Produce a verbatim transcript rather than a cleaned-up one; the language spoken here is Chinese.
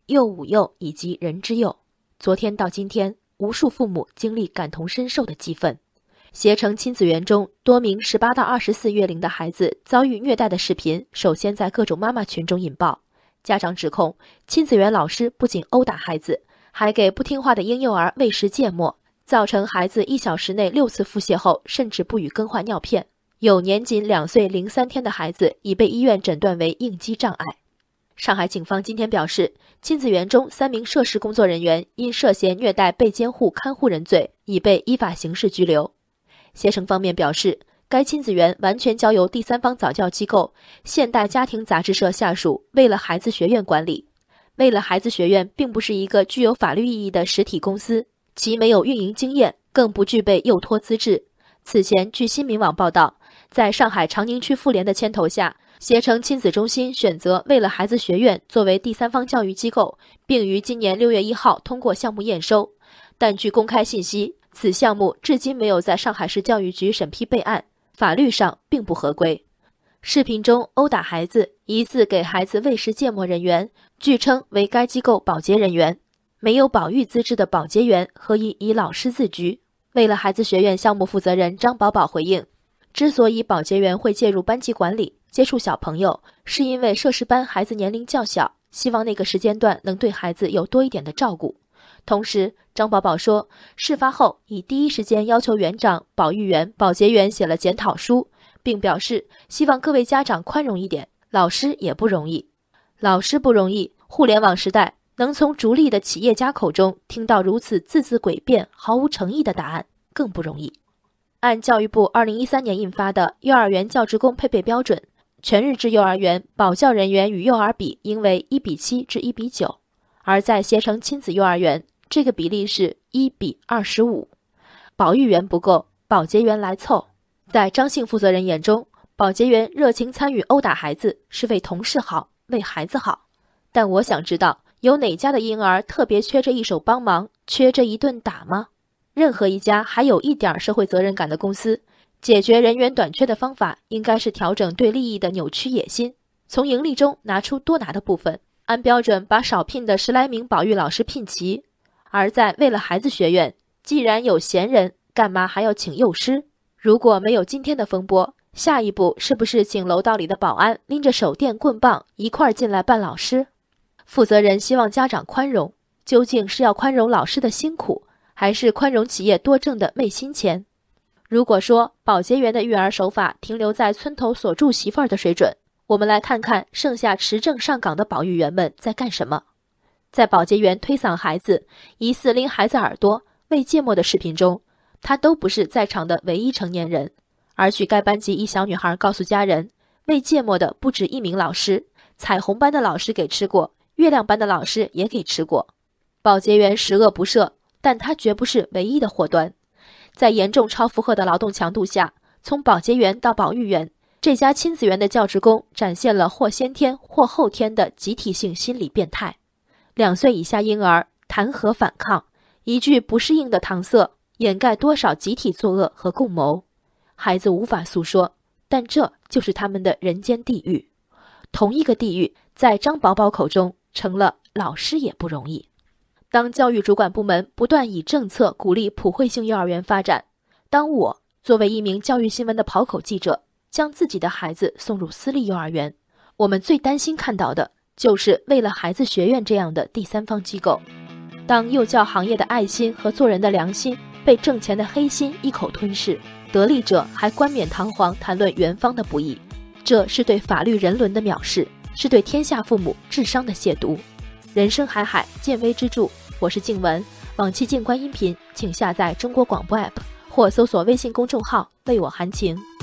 幼吾幼以及人之幼。昨天到今天，无数父母经历感同身受的激愤。携程亲子园中多名十八到二十四月龄的孩子遭遇虐待的视频首先在各种妈妈群中引爆，家长指控亲子园老师不仅殴打孩子，还给不听话的婴幼儿喂食芥末，造成孩子一小时内六次腹泻后甚至不予更换尿片。有年仅两岁零三天的孩子已被医院诊断为应激障碍。上海警方今天表示，亲子园中三名涉事工作人员因涉嫌虐待被监护看护人罪，已被依法刑事拘留。携程方面表示，该亲子园完全交由第三方早教机构现代家庭杂志社下属为了孩子学院管理。为了孩子学院并不是一个具有法律意义的实体公司，其没有运营经验，更不具备幼托资质。此前，据新民网报道，在上海长宁区妇联的牵头下，携程亲子中心选择为了孩子学院作为第三方教育机构，并于今年六月一号通过项目验收。但据公开信息，此项目至今没有在上海市教育局审批备案，法律上并不合规。视频中殴打孩子、疑似给孩子喂食芥末人员，据称为该机构保洁人员。没有保育资质的保洁员何以以老师自居？为了孩子学院项目负责人张宝宝回应，之所以保洁员会介入班级管理、接触小朋友，是因为涉事班孩子年龄较小，希望那个时间段能对孩子有多一点的照顾。同时，张宝宝说，事发后已第一时间要求园长、保育员、保洁员写了检讨书，并表示希望各位家长宽容一点，老师也不容易。老师不容易，互联网时代能从逐利的企业家口中听到如此字字诡辩、毫无诚意的答案，更不容易。按教育部二零一三年印发的《幼儿园教职工配备标准》，全日制幼儿园保教人员与幼儿比应为一比七至一比九，而在携程亲子幼儿园，这个比例是一比二十五。保育员不够，保洁员来凑。在张姓负责人眼中，保洁员热情参与殴打孩子是为同事好，为孩子好。但我想知道，有哪家的婴儿特别缺这一手帮忙，缺这一顿打吗？任何一家还有一点社会责任感的公司，解决人员短缺的方法应该是调整对利益的扭曲野心，从盈利中拿出多拿的部分，按标准把少聘的十来名保育老师聘齐。而在为了孩子学院，既然有闲人，干嘛还要请幼师？如果没有今天的风波，下一步是不是请楼道里的保安拎着手电棍棒一块进来扮老师？负责人希望家长宽容，究竟是要宽容老师的辛苦，还是宽容企业多挣的昧心钱？如果说保洁员的育儿手法停留在村头锁住媳妇儿的水准，我们来看看剩下持证上岗的保育员们在干什么。在保洁员推搡孩子、疑似拎孩子耳朵、喂芥末的视频中，他都不是在场的唯一成年人。而据该班级一小女孩告诉家人，喂芥末的不止一名老师，彩虹班的老师给吃过，月亮班的老师也给吃过。保洁员十恶不赦，但他绝不是唯一的祸端。在严重超负荷的劳动强度下，从保洁员到保育员，这家亲子园的教职工展现了或先天或后天的集体性心理变态。两岁以下婴儿谈何反抗？一句不适应的搪塞，掩盖多少集体作恶和共谋。孩子无法诉说，但这就是他们的人间地狱。同一个地狱，在张宝宝口中成了老师也不容易。当教育主管部门不断以政策鼓励普惠性幼儿园发展，当我作为一名教育新闻的跑口记者，将自己的孩子送入私立幼儿园，我们最担心看到的就是为了孩子学院这样的第三方机构。当幼教行业的爱心和做人的良心被挣钱的黑心一口吞噬，得利者还冠冕堂皇谈论园方的不易，这是对法律人伦的藐视，是对天下父母智商的亵渎。人生海海，见微知著，我是静文。往期静观音频请下载中国广播 A P P 或搜索微信公众号为我含情。